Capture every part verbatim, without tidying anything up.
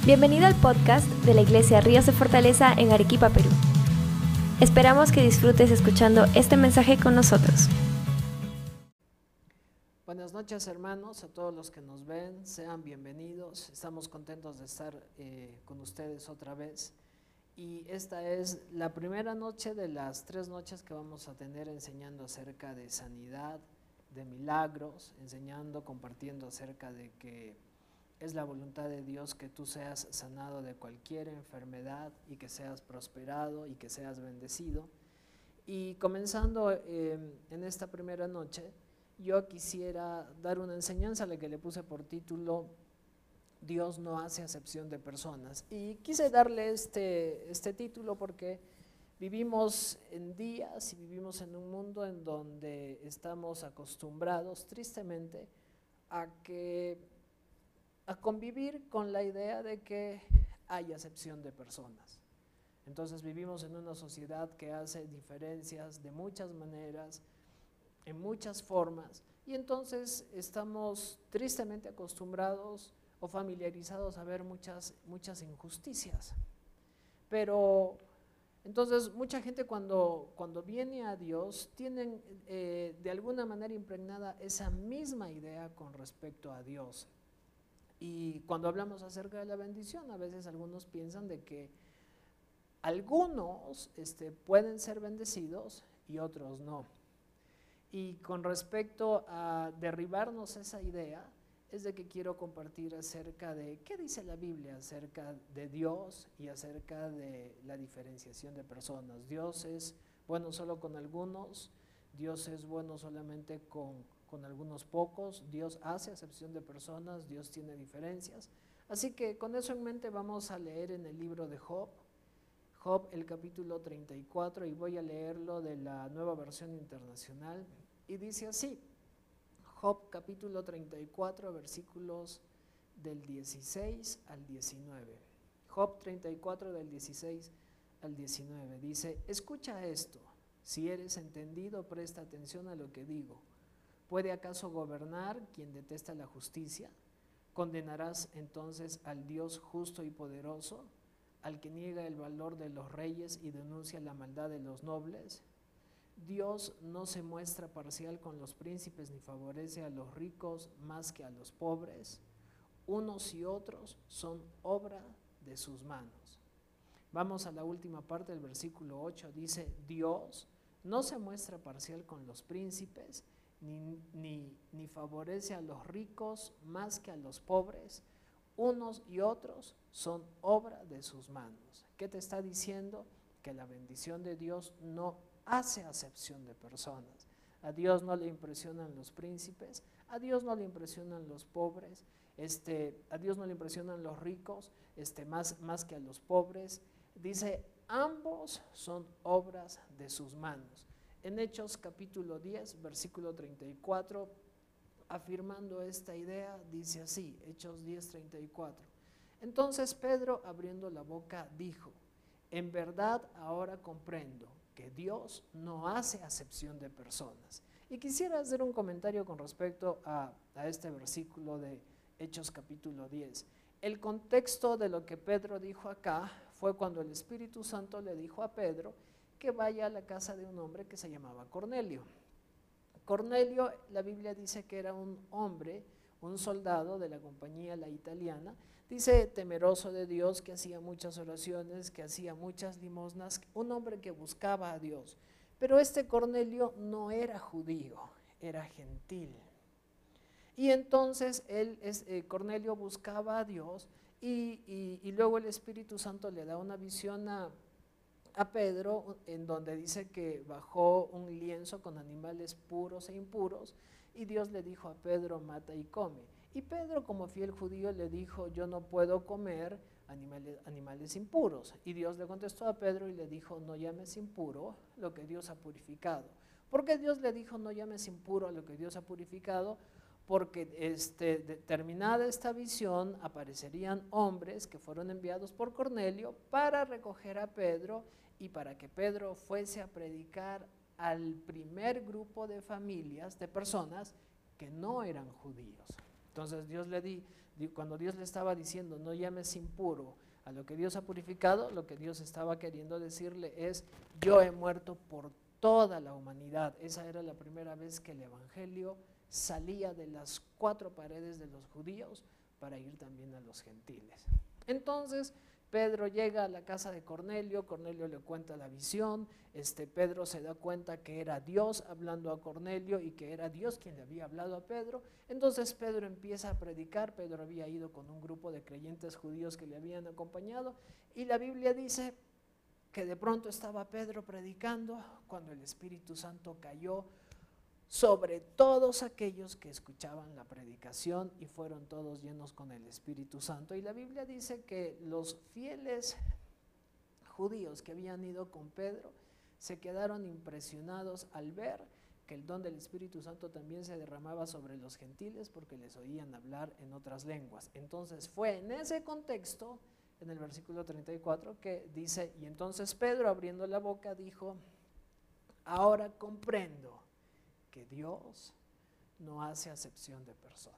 Bienvenido al podcast de la Iglesia Ríos de Fortaleza en Arequipa, Perú. Esperamos que disfrutes escuchando este mensaje con nosotros. Buenas noches, hermanos, a todos los que nos ven, sean bienvenidos. Estamos contentos de estar eh, con ustedes otra vez. Y esta es la primera noche de las tres noches que vamos a tener enseñando acerca de sanidad, de milagros, enseñando, compartiendo acerca de que es la voluntad de Dios que tú seas sanado de cualquier enfermedad y que seas prosperado y que seas bendecido. Y comenzando eh, en esta primera noche, yo quisiera dar una enseñanza a la que le puse por título Dios no hace acepción de personas. Y quise darle este, este título porque vivimos en días y vivimos en un mundo en donde estamos acostumbrados, tristemente, a que a convivir con la idea de que hay acepción de personas. Entonces vivimos en una sociedad que hace diferencias de muchas maneras, en muchas formas, y entonces estamos tristemente acostumbrados o familiarizados a ver muchas, muchas injusticias. Pero entonces mucha gente cuando, cuando viene a Dios tienen eh, de alguna manera impregnada esa misma idea con respecto a Dios. Y cuando hablamos acerca de la bendición, a veces algunos piensan de que algunos este, pueden ser bendecidos y otros no. Y con respecto a derribarnos esa idea, es de que quiero compartir acerca de qué dice la Biblia acerca de Dios y acerca de la diferenciación de personas. Dios es bueno solo con algunos, Dios es bueno solamente con con algunos pocos, Dios hace acepción de personas, Dios tiene diferencias. Así que con eso en mente vamos a leer en el libro de Job, Job el capítulo treinta y cuatro, y voy a leerlo de la Nueva Versión Internacional, y dice así, Job capítulo treinta y cuatro, versículos del dieciséis al diecinueve. Job treinta y cuatro del dieciséis al diecinueve, dice, escucha esto, si eres entendido, presta atención a lo que digo. ¿Puede acaso gobernar quien detesta la justicia? ¿Condenarás entonces al Dios justo y poderoso, al que niega el valor de los reyes y denuncia la maldad de los nobles? Dios no se muestra parcial con los príncipes ni favorece a los ricos más que a los pobres. Unos y otros son obra de sus manos. Vamos a la última parte del versículo ocho, dice, Dios no se muestra parcial con los príncipes Ni, ni, ni favorece a los ricos más que a los pobres, unos y otros son obra de sus manos. ¿Qué te está diciendo? Que la bendición de Dios no hace acepción de personas. A Dios no le impresionan los príncipes, a Dios no le impresionan los pobres, este, a Dios no le impresionan los ricos este, más, más que a los pobres. Dice, ambos son obras de sus manos. En Hechos capítulo diez, versículo treinta y cuatro, afirmando esta idea, dice así, Hechos diez, treinta y cuatro. Entonces Pedro, abriendo la boca, dijo, en verdad ahora comprendo que Dios no hace acepción de personas. Y quisiera hacer un comentario con respecto a, a este versículo de Hechos capítulo diez. El contexto de lo que Pedro dijo acá fue cuando el Espíritu Santo le dijo a Pedro que vaya a la casa de un hombre que se llamaba Cornelio. Cornelio, la Biblia dice que era un hombre, un soldado de la compañía La Italiana, dice temeroso de Dios, que hacía muchas oraciones, que hacía muchas limosnas, un hombre que buscaba a Dios. Pero este Cornelio no era judío, era gentil. Y entonces él, es, eh, Cornelio buscaba a Dios y, y, y luego el Espíritu Santo le da una visión a a Pedro, en donde dice que bajó un lienzo con animales puros e impuros, y Dios le dijo a Pedro, mata y come. Y Pedro, como fiel judío, le dijo, yo no puedo comer animales, animales impuros. Y Dios le contestó a Pedro y le dijo, no llames impuro lo que Dios ha purificado. ¿Por qué Dios le dijo, no llames impuro a lo que Dios ha purificado? Porque este, de, terminada esta visión aparecerían hombres que fueron enviados por Cornelio para recoger a Pedro y para que Pedro fuese a predicar al primer grupo de familias, de personas que no eran judíos. Entonces Dios le di, cuando Dios le estaba diciendo no llames impuro a lo que Dios ha purificado, lo que Dios estaba queriendo decirle es yo he muerto por toda la humanidad. Esa era la primera vez que el evangelio salía de las cuatro paredes de los judíos para ir también a los gentiles. Entonces Pedro llega a la casa de Cornelio, Cornelio le cuenta la visión, este Pedro se da cuenta que era Dios hablando a Cornelio y que era Dios quien le había hablado a Pedro. Entonces Pedro empieza a predicar. Pedro había ido con un grupo de creyentes judíos que le habían acompañado y la Biblia dice que de pronto estaba Pedro predicando cuando el Espíritu Santo cayó sobre todos aquellos que escuchaban la predicación y fueron todos llenos con el Espíritu Santo. Y la Biblia dice que los fieles judíos que habían ido con Pedro se quedaron impresionados al ver que el don del Espíritu Santo también se derramaba sobre los gentiles porque les oían hablar en otras lenguas. Entonces fue en ese contexto, en el versículo treinta y cuatro, que dice, y entonces Pedro abriendo la boca dijo, ahora comprendo que Dios no hace acepción de personas.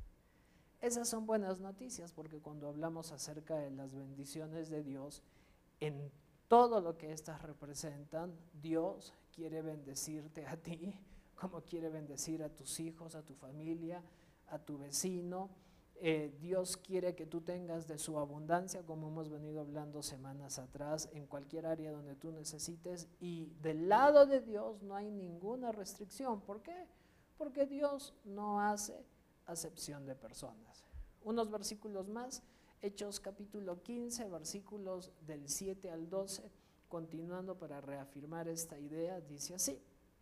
Esas son buenas noticias porque cuando hablamos acerca de las bendiciones de Dios, en todo lo que éstas representan, Dios quiere bendecirte a ti, como quiere bendecir a tus hijos, a tu familia, a tu vecino. Eh, Dios quiere que tú tengas de su abundancia, como hemos venido hablando semanas atrás, en cualquier área donde tú necesites, y del lado de Dios no hay ninguna restricción. ¿Por qué? Porque Dios no hace acepción de personas. Unos versículos más, Hechos capítulo quince, versículos del siete al doce, continuando para reafirmar esta idea, dice así,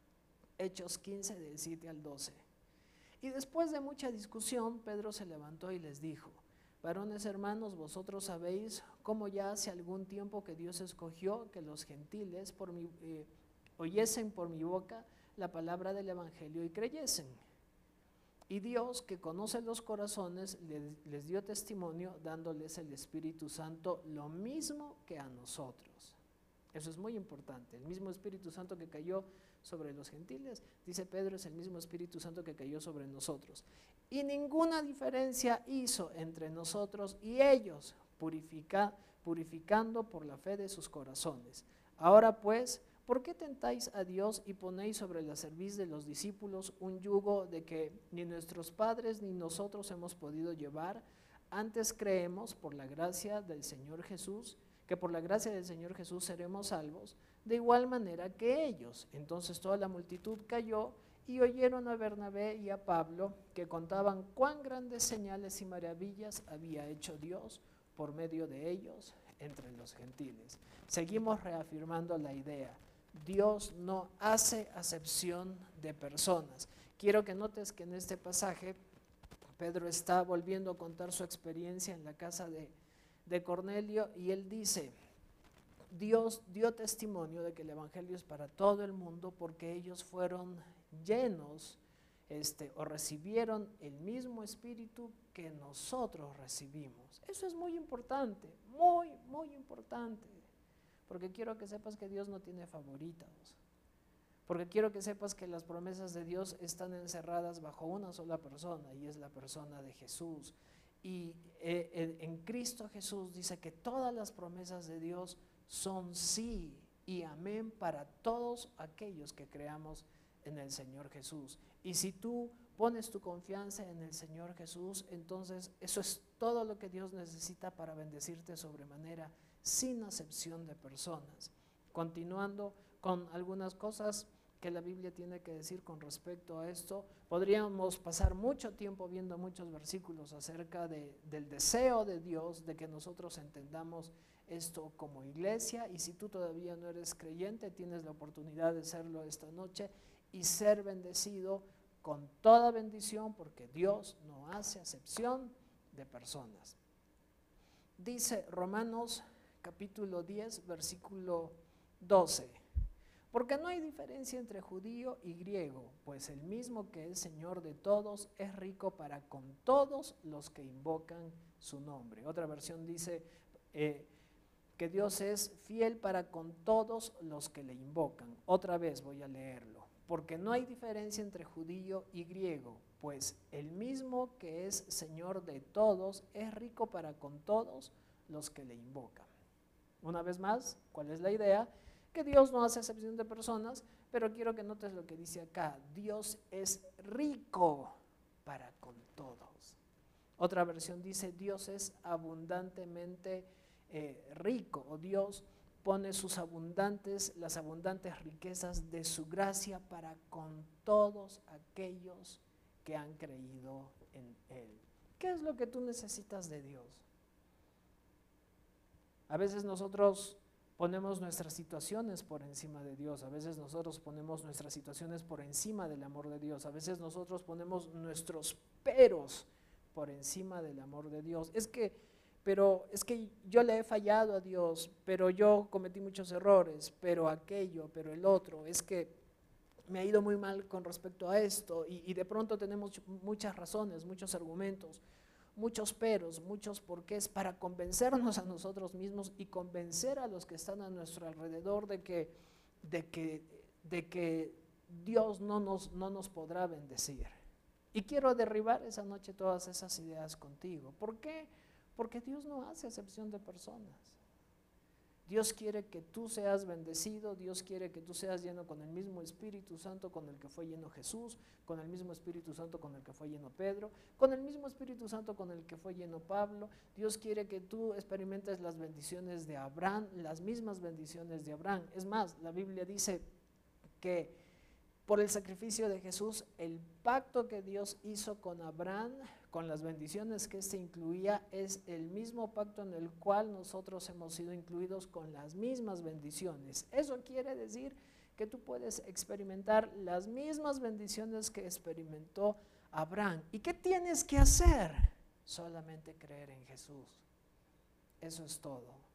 Hechos quince del siete al doce. Y después de mucha discusión, Pedro se levantó y les dijo, varones hermanos, vosotros sabéis cómo ya hace algún tiempo que Dios escogió que los gentiles por mi, eh, oyesen por mi boca la palabra del evangelio y creyesen. Y Dios, que conoce los corazones, les, les dio testimonio dándoles el Espíritu Santo lo mismo que a nosotros. Eso es muy importante. El mismo Espíritu Santo que cayó sobre los gentiles, dice Pedro, es el mismo Espíritu Santo que cayó sobre nosotros. Y ninguna diferencia hizo entre nosotros y ellos, purifica, purificando por la fe de sus corazones. Ahora pues, ¿por qué tentáis a Dios y ponéis sobre la cerviz de los discípulos un yugo de que ni nuestros padres ni nosotros hemos podido llevar? Antes creemos por la gracia del Señor Jesús, que por la gracia del Señor Jesús seremos salvos, de igual manera que ellos. Entonces toda la multitud cayó y oyeron a Bernabé y a Pablo que contaban cuán grandes señales y maravillas había hecho Dios por medio de ellos entre los gentiles. Seguimos reafirmando la idea. Dios no hace acepción de personas. Quiero que notes que en este pasaje Pedro está volviendo a contar su experiencia en la casa de, de Cornelio y él dice, Dios dio testimonio de que el evangelio es para todo el mundo porque ellos fueron llenos este, o recibieron el mismo espíritu que nosotros recibimos. Eso es muy importante, muy, muy importante. Porque quiero que sepas que Dios no tiene favoritos. Porque quiero que sepas que las promesas de Dios están encerradas bajo una sola persona y es la persona de Jesús. Y eh, en Cristo Jesús dice que todas las promesas de Dios son sí y amén para todos aquellos que creamos en el Señor Jesús. Y si tú pones tu confianza en el Señor Jesús, entonces eso es todo lo que Dios necesita para bendecirte sobremanera, sin acepción de personas. Continuando con algunas cosas que la Biblia tiene que decir con respecto a esto, podríamos pasar mucho tiempo viendo muchos versículos acerca de, del deseo de Dios de que nosotros entendamos esto como iglesia, y si tú todavía no eres creyente, tienes la oportunidad de serlo esta noche y ser bendecido con toda bendición porque Dios no hace acepción de personas. Dice Romanos capítulo diez, versículo doce. Porque no hay diferencia entre judío y griego, pues el mismo que es Señor de todos es rico para con todos los que invocan su nombre. Otra versión dice eh, que Dios es fiel para con todos los que le invocan. Otra vez voy a leerlo. Porque no hay diferencia entre judío y griego, pues el mismo que es Señor de todos es rico para con todos los que le invocan. Una vez más, ¿cuál es la idea? Que Dios no hace excepción de personas, pero quiero que notes lo que dice acá. Dios es rico para con todos. Otra versión dice, Dios es abundantemente eh, rico, o Dios pone sus abundantes, las abundantes riquezas de su gracia para con todos aquellos que han creído en Él. ¿Qué es lo que tú necesitas de Dios? A veces nosotros ponemos nuestras situaciones por encima de Dios, a veces nosotros ponemos nuestras situaciones por encima del amor de Dios, a veces nosotros ponemos nuestros peros por encima del amor de Dios. Es que, pero es que yo le he fallado a Dios, pero yo cometí muchos errores, pero aquello, pero el otro, es que me ha ido muy mal con respecto a esto, y, y de pronto tenemos muchas razones, muchos argumentos, muchos peros, muchos porqués para convencernos a nosotros mismos y convencer a los que están a nuestro alrededor de que, de que, de que Dios no nos, no nos podrá bendecir. Y quiero derribar esa noche todas esas ideas contigo. ¿Por qué? Porque Dios no hace excepción de personas. Dios quiere que tú seas bendecido, Dios quiere que tú seas lleno con el mismo Espíritu Santo con el que fue lleno Jesús, con el mismo Espíritu Santo con el que fue lleno Pedro, con el mismo Espíritu Santo con el que fue lleno Pablo. Dios quiere que tú experimentes las bendiciones de Abraham, las mismas bendiciones de Abraham. Es más, la Biblia dice que por el sacrificio de Jesús, el pacto que Dios hizo con Abraham, con las bendiciones que éste incluía, es el mismo pacto en el cual nosotros hemos sido incluidos con las mismas bendiciones. Eso quiere decir que tú puedes experimentar las mismas bendiciones que experimentó Abraham. ¿Y qué tienes que hacer? Solamente creer en Jesús. Eso es todo.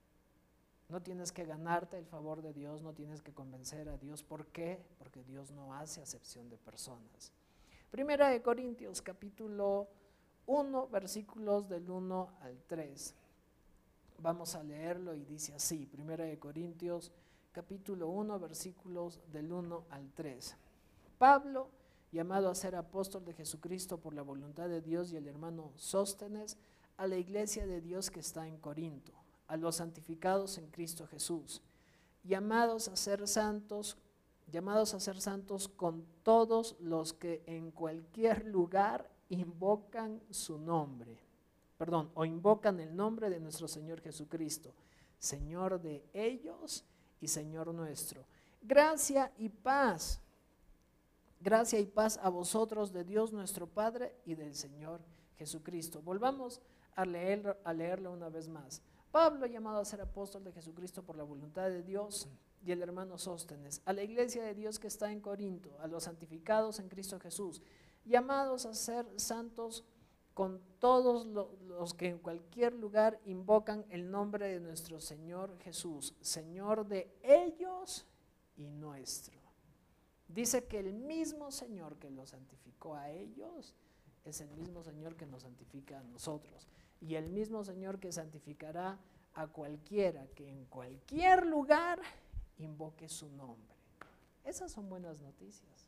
No tienes que ganarte el favor de Dios, no tienes que convencer a Dios. ¿Por qué? Porque Dios no hace acepción de personas. Primera de Corintios, capítulo uno, versículos del uno al tres. Vamos a leerlo y dice así, Primera de Corintios, capítulo uno, versículos del uno al tres. Pablo, llamado a ser apóstol de Jesucristo por la voluntad de Dios, y el hermano Sóstenes, a la iglesia de Dios que está en Corinto, a los santificados en Cristo Jesús, llamados a ser santos, llamados a ser santos con todos los que en cualquier lugar invocan su nombre, perdón, o invocan el nombre de nuestro Señor Jesucristo, Señor de ellos y Señor nuestro. Gracia y paz, gracia y paz a vosotros de Dios nuestro Padre y del Señor Jesucristo. Volvamos a leerlo, a leerlo una vez más. Pablo, llamado a ser apóstol de Jesucristo por la voluntad de Dios, y el hermano Sóstenes, a la iglesia de Dios que está en Corinto, a los santificados en Cristo Jesús, llamados a ser santos con todos los que en cualquier lugar invocan el nombre de nuestro Señor Jesús, Señor de ellos y nuestro. Dice que el mismo Señor que los santificó a ellos es el mismo Señor que nos santifica a nosotros. Y el mismo Señor que santificará a cualquiera que en cualquier lugar invoque su nombre. Esas son buenas noticias.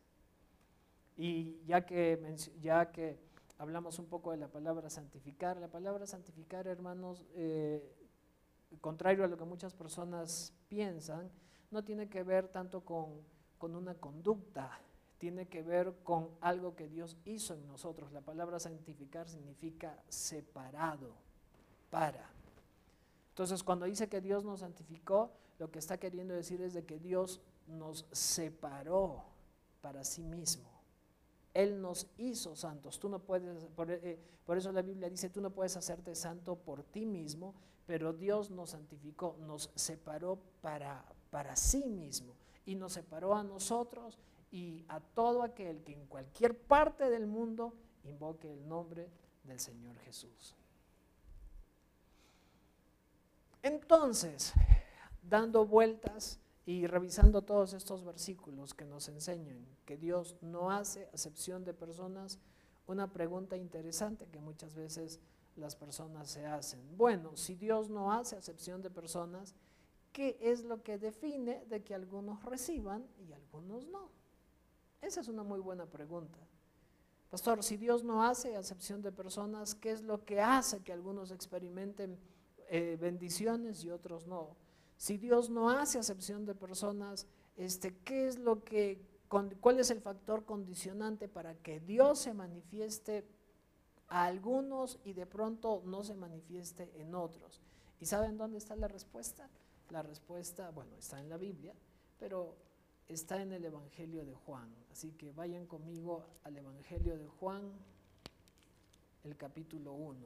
Y ya que, ya que hablamos un poco de la palabra santificar, la palabra santificar, hermanos, eh, contrario a lo que muchas personas piensan, no tiene que ver tanto con, con una conducta, tiene que ver con algo que Dios hizo en nosotros. La palabra santificar significa separado, para. Entonces, cuando dice que Dios nos santificó, lo que está queriendo decir es de que Dios nos separó para sí mismo. Él nos hizo santos. Tú no puedes, por, eh, por eso la Biblia dice, tú no puedes hacerte santo por ti mismo, pero Dios nos santificó, nos separó para, para sí mismo, y nos separó a nosotros y a todo aquel que en cualquier parte del mundo invoque el nombre del Señor Jesús. Entonces, dando vueltas y revisando todos estos versículos que nos enseñan que Dios no hace acepción de personas, una pregunta interesante que muchas veces las personas se hacen. Bueno, si Dios no hace acepción de personas, ¿qué es lo que define de que algunos reciban y algunos no? Esa es una muy buena pregunta. Pastor, si Dios no hace acepción de personas, ¿qué es lo que hace que algunos experimenten eh, bendiciones y otros no? Si Dios no hace acepción de personas, este, ¿qué es lo que, cuál es el factor condicionante para que Dios se manifieste a algunos y de pronto no se manifieste en otros? ¿Y saben dónde está la respuesta? La respuesta, bueno, está en la Biblia, pero está en el Evangelio de Juan. Así que vayan conmigo al Evangelio de Juan, el capítulo uno.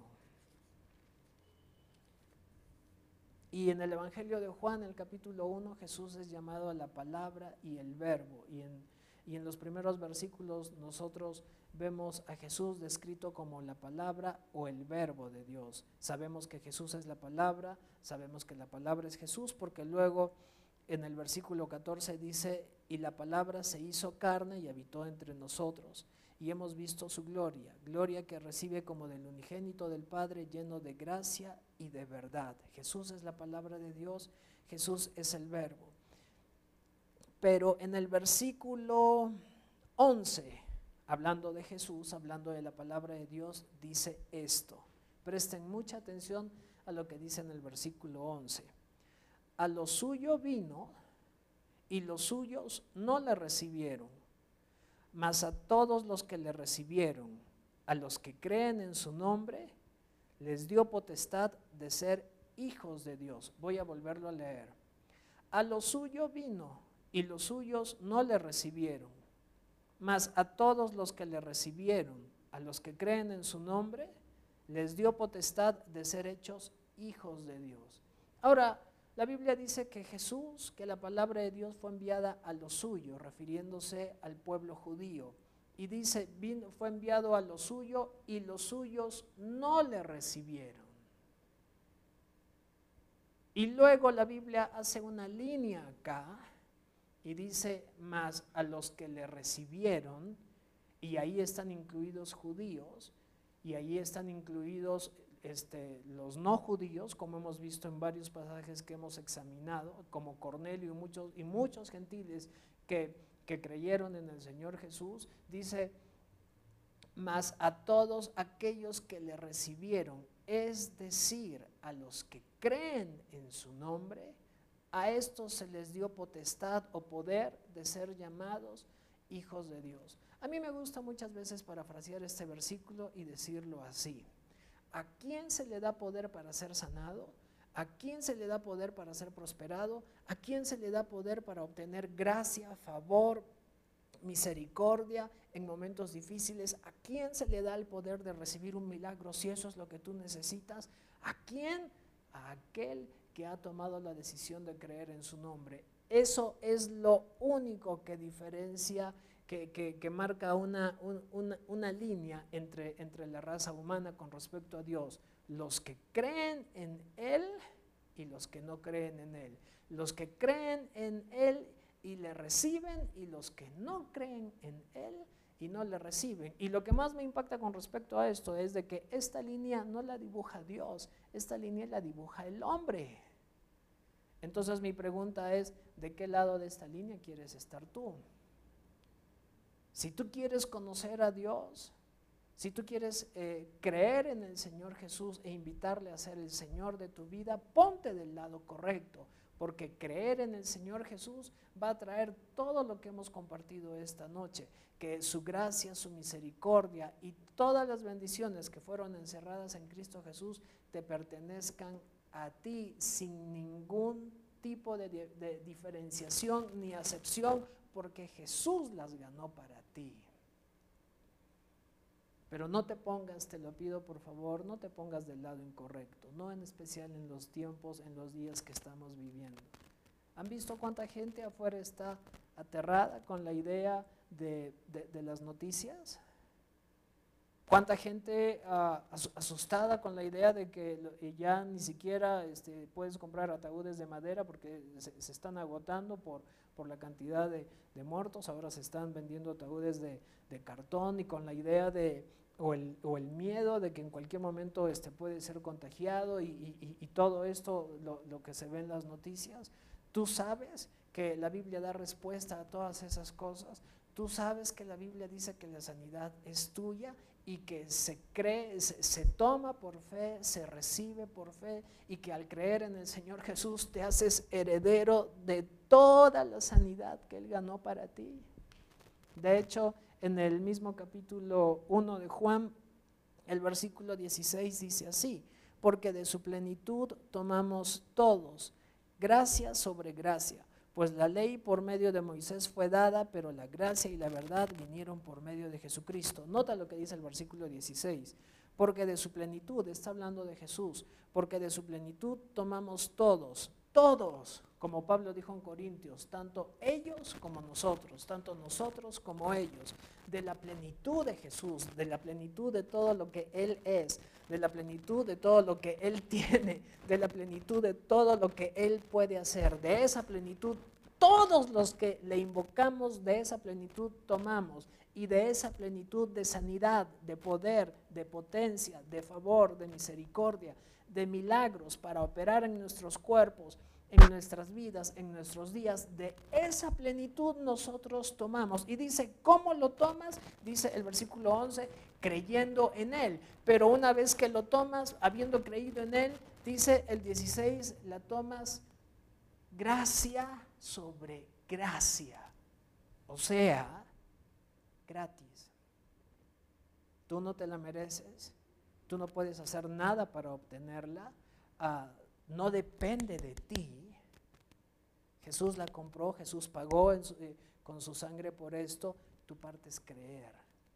Y en el Evangelio de Juan, el capítulo uno, Jesús es llamado a la palabra y el verbo. Y en, y en los primeros versículos nosotros vemos a Jesús descrito como la palabra o el verbo de Dios. Sabemos que Jesús es la palabra, sabemos que la palabra es Jesús, porque luego en el versículo catorce dice, y la palabra se hizo carne y habitó entre nosotros, y hemos visto su gloria, gloria que recibe como del unigénito del Padre, lleno de gracia y de verdad. Jesús es la palabra de Dios, Jesús es el verbo. Pero en el versículo once, hablando de Jesús, hablando de la palabra de Dios, dice esto. Presten mucha atención a lo que dice en el versículo once. A lo suyo vino y los suyos no le recibieron, mas a todos los que le recibieron, a los que creen en su nombre, les dio potestad de ser hijos de Dios. Voy a volverlo a leer. A lo suyo vino y los suyos no le recibieron, mas a todos los que le recibieron, a los que creen en su nombre, les dio potestad de ser hechos hijos de Dios. Ahora, la Biblia dice que Jesús, que la palabra de Dios fue enviada a lo suyo, refiriéndose al pueblo judío. Y dice, vino, fue enviado a lo suyo y los suyos no le recibieron. Y luego la Biblia hace una línea acá y dice, más a los que le recibieron, y ahí están incluidos judíos, y ahí están incluidos Este, los no judíos, como hemos visto en varios pasajes que hemos examinado, como Cornelio y muchos, y muchos gentiles que, que creyeron en el Señor Jesús. Dice, mas a todos aquellos que le recibieron, es decir, a los que creen en su nombre, a estos se les dio potestad o poder de ser llamados hijos de Dios. A mí me gusta muchas veces parafrasear este versículo y decirlo así. ¿A quién se le da poder para ser sanado? ¿A quién se le da poder para ser prosperado? ¿A quién se le da poder para obtener gracia, favor, misericordia en momentos difíciles? ¿A quién se le da el poder de recibir un milagro si eso es lo que tú necesitas? ¿A quién? A aquel que ha tomado la decisión de creer en su nombre. Eso es lo único que diferencia, que, que, que marca una, un, una, una línea entre, entre la raza humana con respecto a Dios. Los que creen en Él y los que no creen en Él. Los que creen en Él y le reciben, y los que no creen en Él y no le reciben. Y lo que más me impacta con respecto a esto es de que esta línea no la dibuja Dios, esta línea la dibuja el hombre. Entonces mi pregunta es, ¿de qué lado de esta línea quieres estar tú? Si tú quieres conocer a Dios, si tú quieres eh, creer en el Señor Jesús e invitarle a ser el Señor de tu vida, ponte del lado correcto, porque creer en el Señor Jesús va a traer todo lo que hemos compartido esta noche, que su gracia, su misericordia y todas las bendiciones que fueron encerradas en Cristo Jesús te pertenezcan a ti sin ningún tipo de, de, de diferenciación ni acepción, porque Jesús las ganó para ti. Pero no te pongas, te lo pido por favor, no te pongas del lado incorrecto, no en especial en los tiempos, en los días que estamos viviendo. ¿Han visto cuánta gente afuera está aterrada con la idea de, de, de las noticias? ¿Cuánta gente uh, asustada con la idea de que ya ni siquiera este, puedes comprar ataúdes de madera porque se, se están agotando por, por la cantidad de, de muertos? Ahora se están vendiendo ataúdes de, de cartón, y con la idea de, o el, o el miedo de que en cualquier momento este, puede ser contagiado, y, y, y todo esto, lo, lo que se ve en las noticias. Tú sabes que la Biblia da respuesta a todas esas cosas. Tú sabes que la Biblia dice que la sanidad es tuya y que se cree, se, se toma por fe, se recibe por fe, y que al creer en el Señor Jesús te haces heredero de toda la sanidad que Él ganó para ti. De hecho, en el mismo capítulo uno de Juan, el versículo dieciséis dice así: porque de su plenitud tomamos todos, gracia sobre gracia. Pues la ley por medio de Moisés fue dada, pero la gracia y la verdad vinieron por medio de Jesucristo. Nota lo que dice el versículo dieciséis. Porque de su plenitud, está hablando de Jesús, porque de su plenitud tomamos todos, todos, como Pablo dijo en Corintios, tanto ellos como nosotros, tanto nosotros como ellos, de la plenitud de Jesús, de la plenitud de todo lo que Él es, de la plenitud de todo lo que Él tiene, de la plenitud de todo lo que Él puede hacer, de esa plenitud, todos los que le invocamos, de esa plenitud tomamos, y de esa plenitud de sanidad, de poder, de potencia, de favor, de misericordia, de milagros para operar en nuestros cuerpos, en nuestras vidas, en nuestros días, de esa plenitud nosotros tomamos. Y dice, ¿cómo lo tomas? Dice el versículo once, creyendo en Él. Pero una vez que lo tomas, habiendo creído en Él, dice el dieciséis, la tomas gracia sobre gracia. O sea, gratis. Tú no te la mereces, tú no puedes hacer nada para obtenerla, uh, no depende de ti. Jesús la compró, Jesús pagó en su, eh, con su sangre por esto. Tu parte es creer,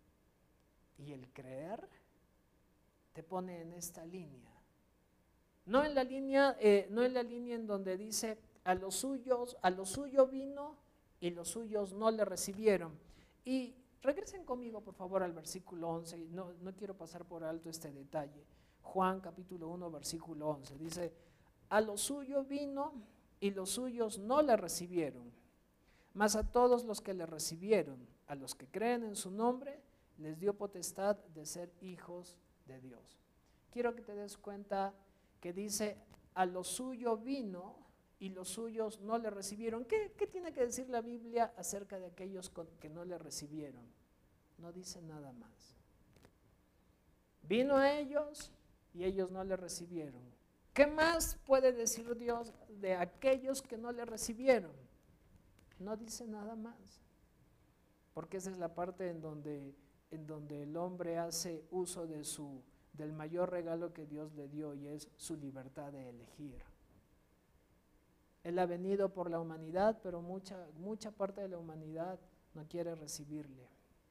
y el creer te pone en esta línea, no en la línea, eh, no en la línea en donde dice a los suyos, a lo suyo vino y los suyos no le recibieron. Y regresen conmigo por favor al versículo once, no, no quiero pasar por alto este detalle. Juan capítulo uno versículo once dice, a lo suyo vino y los suyos no le recibieron, mas a todos los que le recibieron, a los que creen en su nombre, les dio potestad de ser hijos de Dios. Quiero que te des cuenta que dice, a lo suyo vino y los suyos no le recibieron. ¿Qué, qué tiene que decir la Biblia acerca de aquellos que no le recibieron? No dice nada más. Vino a ellos y ellos no le recibieron. ¿Qué más puede decir Dios de aquellos que no le recibieron? No dice nada más. Porque esa es la parte en donde, en donde el hombre hace uso de su, del mayor regalo que Dios le dio, y es su libertad de elegir. Él ha venido por la humanidad, pero mucha, mucha parte de la humanidad no quiere recibirle.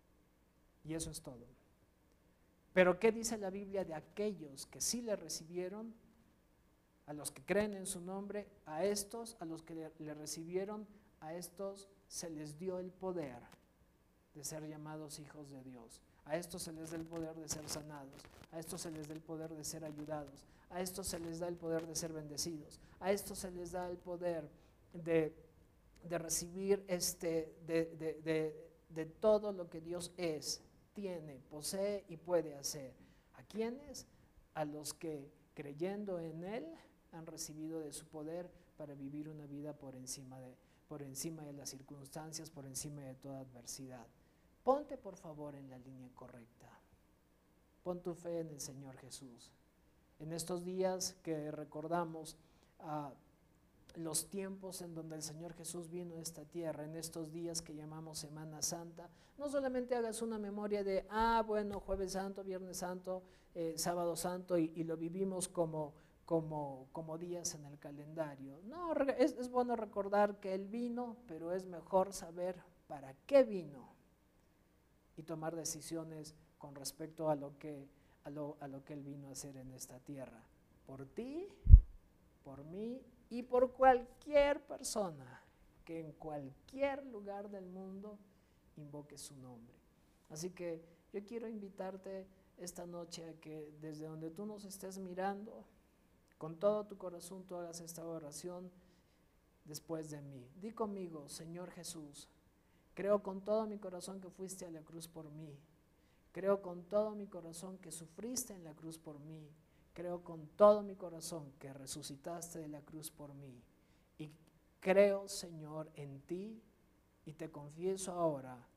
Y eso es todo. Pero ¿qué dice la Biblia de aquellos que sí le recibieron? A los que creen en su nombre, a estos, a los que le, le recibieron, a estos se les dio el poder de ser llamados hijos de Dios. A estos se les da el poder de ser sanados, a estos se les da el poder de ser ayudados, a estos se les da el poder de ser bendecidos, a estos se les da el poder de, de recibir este, de, de, de, de todo lo que Dios es, tiene, posee y puede hacer. ¿A quiénes? A los que creyendo en Él han recibido de su poder para vivir una vida por encima de, por encima de las circunstancias, por encima de toda adversidad. Ponte por favor en la línea correcta. Pon tu fe en el Señor Jesús. En estos días que recordamos uh, los tiempos en donde el Señor Jesús vino a esta tierra, en estos días que llamamos Semana Santa, no solamente hagas una memoria de, ah, bueno, Jueves Santo, Viernes Santo, eh, Sábado Santo, y, y lo vivimos como, como, como días en el calendario. No, es, es bueno recordar que Él vino, pero es mejor saber para qué vino y tomar decisiones con respecto a lo que, a lo, a lo que Él vino a hacer en esta tierra. Por ti, por mí y por cualquier persona que en cualquier lugar del mundo invoque su nombre. Así que yo quiero invitarte esta noche a que desde donde tú nos estés mirando, con todo tu corazón tú hagas esta oración después de mí. Di conmigo, Señor Jesús, creo con todo mi corazón que fuiste a la cruz por mí. Creo con todo mi corazón que sufriste en la cruz por mí. Creo con todo mi corazón que resucitaste de la cruz por mí. Y creo, Señor, en ti, y te confieso ahora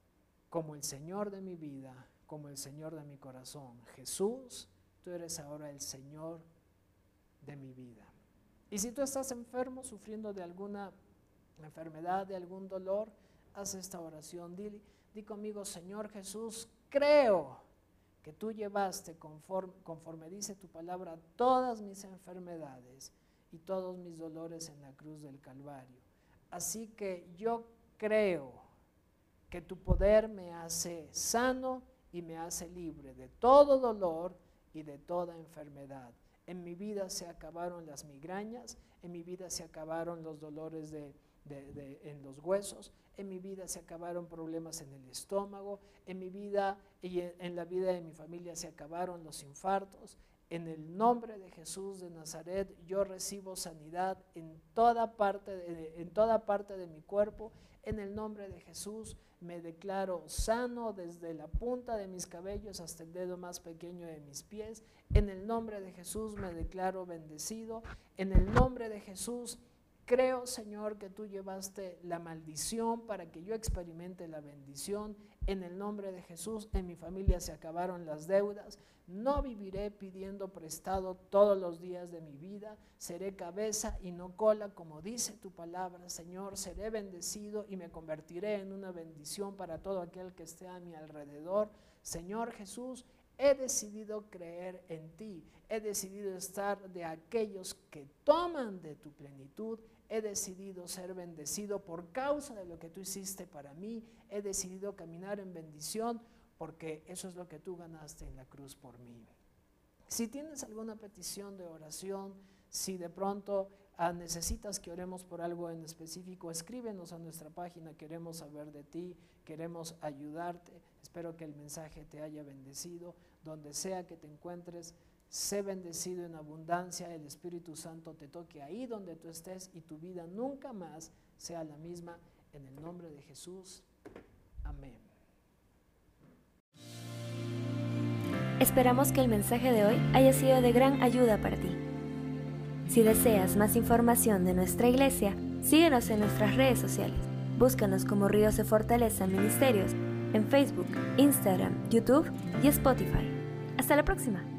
como el Señor de mi vida, como el Señor de mi corazón. Jesús, tú eres ahora el Señor de mi vida. Y si tú estás enfermo, sufriendo de alguna enfermedad, de algún dolor, haz esta oración. Di, di conmigo: Señor Jesús, creo que tú llevaste, conforme, conforme dice tu palabra, todas mis enfermedades y todos mis dolores en la cruz del Calvario. Así que yo creo que tu poder me hace sano y me hace libre de todo dolor y de toda enfermedad. En mi vida se acabaron las migrañas, en mi vida se acabaron los dolores de, de, de, en los huesos, en mi vida se acabaron problemas en el estómago, en mi vida y en, en la vida de mi familia se acabaron los infartos. En el nombre de Jesús de Nazaret, yo recibo sanidad en toda parte de, en toda parte de mi cuerpo. En el nombre de Jesús me declaro sano desde la punta de mis cabellos hasta el dedo más pequeño de mis pies. En el nombre de Jesús me declaro bendecido. En el nombre de Jesús creo, Señor, que tú llevaste la maldición para que yo experimente la bendición. En el nombre de Jesús, en mi familia se acabaron las deudas. No viviré pidiendo prestado todos los días de mi vida. Seré cabeza y no cola, como dice tu palabra, Señor. Seré bendecido y me convertiré en una bendición para todo aquel que esté a mi alrededor. Señor Jesús, he decidido creer en ti. He decidido estar de aquellos que toman de tu plenitud. He decidido ser bendecido por causa de lo que tú hiciste para mí. He decidido caminar en bendición porque eso es lo que tú ganaste en la cruz por mí. Si tienes alguna petición de oración, si de pronto ah, necesitas que oremos por algo en específico, escríbenos a nuestra página. Queremos saber de ti, queremos ayudarte. Espero que el mensaje te haya bendecido. Donde sea que te encuentres, sé bendecido en abundancia. El Espíritu Santo te toque ahí donde tú estés y tu vida nunca más sea la misma. En el nombre de Jesús. Amén. Esperamos que el mensaje de hoy haya sido de gran ayuda para ti. Si deseas más información de nuestra iglesia, síguenos en nuestras redes sociales. Búscanos como Ríos de Fortaleza Ministerios en Facebook, Instagram, YouTube y Spotify. Hasta la próxima.